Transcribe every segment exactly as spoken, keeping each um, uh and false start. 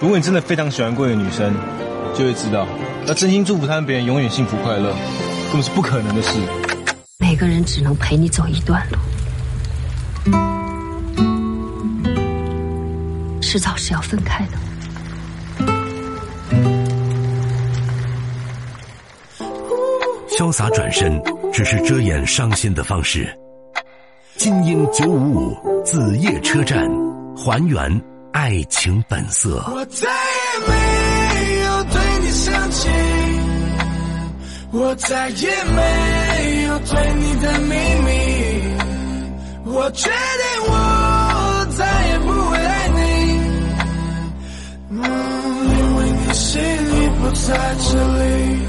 如果你真的非常喜欢过一个女生，就会知道，要真心祝福他们别人永远幸福快乐，根本是不可能的事。 每个人只能陪你走一段路，迟早是要分开的。 潇洒转身只是遮掩伤心的方式。精英九五五子夜车站，还原爱情本色。 我再也没有对你生气，我再也没有对你的秘密，我决定我再也不会爱你，嗯，因为你心里不在这里。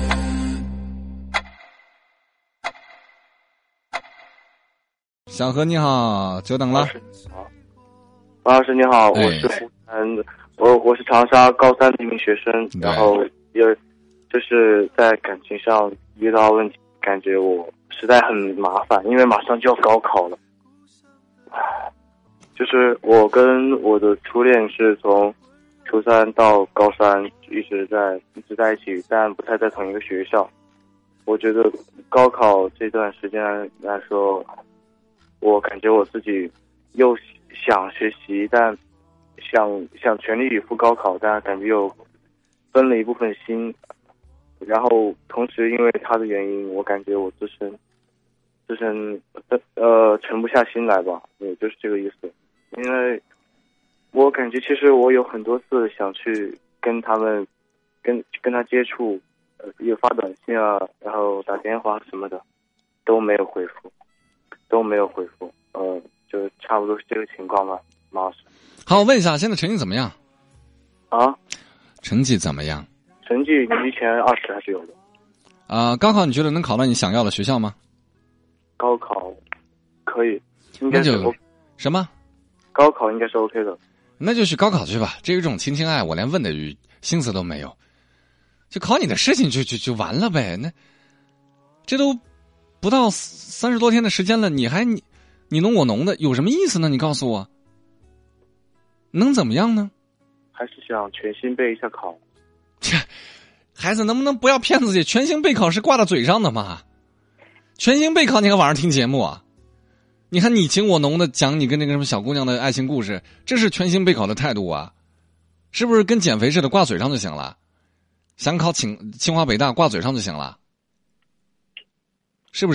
小何你好，久等了。 王老师你好， 哎、 我是湖南，我我是长沙高三的一名学生，然后也就是在感情上遇到问题，感觉我实在很麻烦，因为马上就要高考了。就是我跟我的初恋是从初三到高三一直在一直在一起，但不太在同一个学校。我觉得高考这段时间来说，我感觉我自己又想学习，但想想全力以赴高考，但感觉又分了一部分心。然后同时因为他的原因，我感觉我自身自身呃沉不下心来吧，也就是这个意思。因为我感觉其实我有很多次想去跟他们跟跟他接触，呃，有发短信啊，然后打电话什么的，都没有回复。都没有回复，呃，就差不多是这个情况吧，马老师。 好，我问一下，现在成绩怎么样？ 啊？ 成绩怎么样？ 成绩离前二十还是有的。 啊、呃，高考你觉得能考到你想要的学校吗？ 高考可以，应该是 OK。 什么？ 高考应该是 OK 的。 那就去高考去吧。这种亲情爱，我连问的心思都没有，就考你的事情就就就完了呗。那这都。不到三十多天的时间了，你还你你侬我侬的，有什么意思呢？你告诉我，能怎么样呢？ 还是想全心备一下考。 切，孩子能不能不要骗自己？全心备考是挂到嘴上的嘛？全心备考，你看晚上听节目啊？你看你情我浓的讲你跟那个什么小姑娘的爱情故事，这是全心备考的态度啊？是不是跟减肥似的挂嘴上就行了？想考清清华北大挂嘴上就行了？是不是？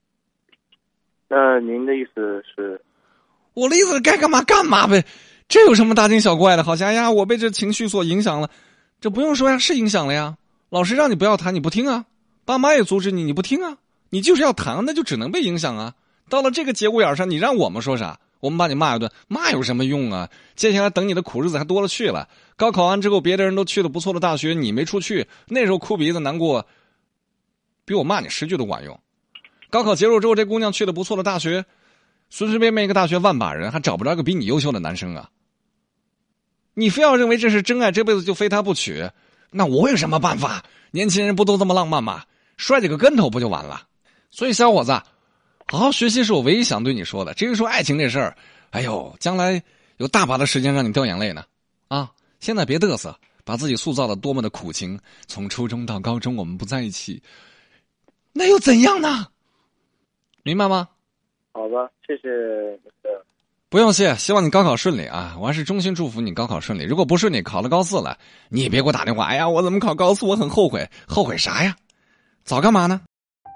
那您的意思是？ 我的意思是该干嘛干嘛呗，这有什么大惊小怪的？好像哎呀，我被这情绪所影响了，这不用说呀，是影响了呀。老师让你不要谈，你不听啊；爸妈也阻止你，你不听啊。你就是要谈，那就只能被影响啊。到了这个节骨眼上，你让我们说啥？我们把你骂一顿，骂有什么用啊？接下来等你的苦日子还多了去了。高考完之后，别的人都去了不错的大学，你没出去，那时候哭鼻子难过，比我骂你十句都管用。高考结束之后，这姑娘去了不错的大学，随随便便一个大学万把人，还找不着一个比你优秀的男生啊！你非要认为这是真爱，这辈子就非他不娶，那我有什么办法？年轻人不都这么浪漫吗？摔几个跟头不就完了？所以小伙子，好好学习是我唯一想对你说的。至于说爱情这事儿，哎呦，将来有大把的时间让你掉眼泪呢。啊，现在别嘚瑟，把自己塑造了多么的苦情，从初中到高中我们不在一起，那又怎样呢？明白吗？ 好吧，谢谢。 不用谢，希望你高考顺利啊！我还是衷心祝福你高考顺利。如果不顺利，考了高四了，你也别给我打电话。哎呀，我怎么考高四？我很后悔，后悔啥呀？早干嘛呢？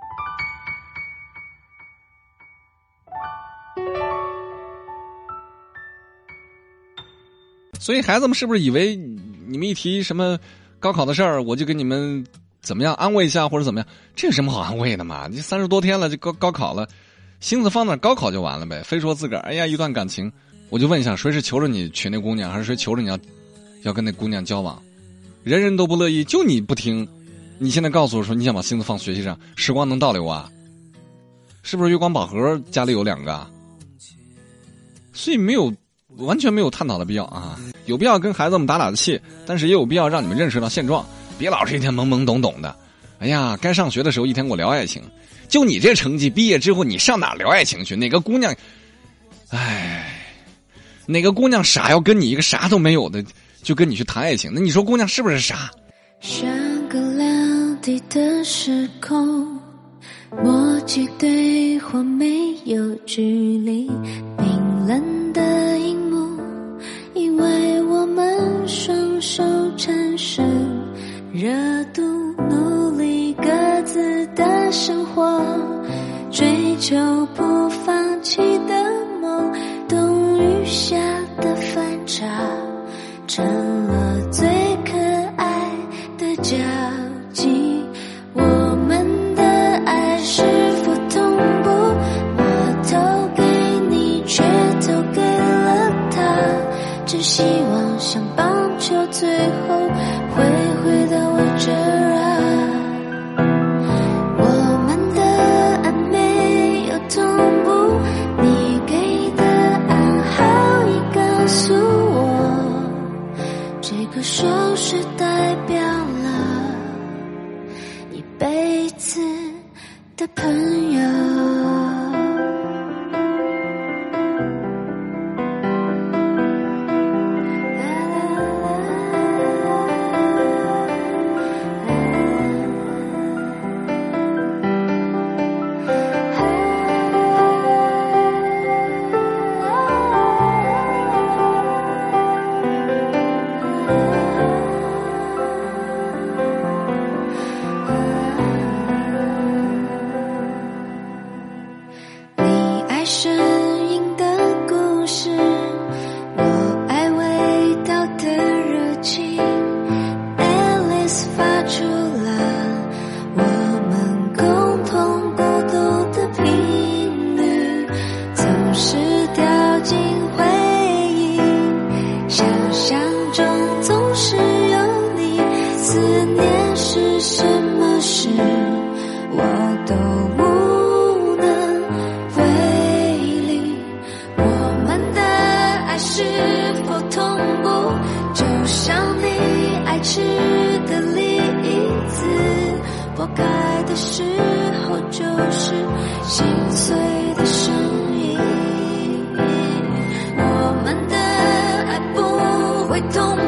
所以孩子们是不是以为你们一提什么高考的事儿，我就给你们怎么样安慰一下或者怎么样？这有什么好安慰的嘛？你三十多天了，就高高考了，心思放那高考就完了呗。非说自个儿，哎呀，一段感情，我就问一下，谁是求着你娶那姑娘，还是谁求着你要要跟那姑娘交往？人人都不乐意，就你不听。你现在告诉我说你想把心思放学习上，时光能倒流啊？是不是月光宝盒家里有两个？所以没有完全没有探讨的必要啊。有必要跟孩子们打打气，但是也有必要让你们认识到现状，别老是一天懵懵懂懂的。哎呀，该上学的时候一天给我聊爱情，就你这成绩，毕业之后你上哪聊爱情去？哪个姑娘，哎，哪个姑娘傻要跟你一个啥都没有的就跟你去谈爱情，那你说姑娘是不是傻？ 像个两地的时空，默契对话没有距离，冰冷的荧幕，因为我们双手产生热度，努力各自的生活，追求不放弃的梦，冬雨下的反差成了最可爱的交集。我们的爱是否同步？我投给你，却投给了他，只希望像棒球最后会回到我这儿啊。我们的爱没有同步，你给的暗号已告诉我，这个手势代表了一辈子的朋友。声音的故事，我爱味道的热情 Alice 发出了我们共同孤独的频率，总是掉进回忆，想象中总是有你，思念是什么事我都无能为力，我们的爱是否同步？就像你爱吃的栗子，剥开的时候就是心碎的声音。我们的爱不会同步，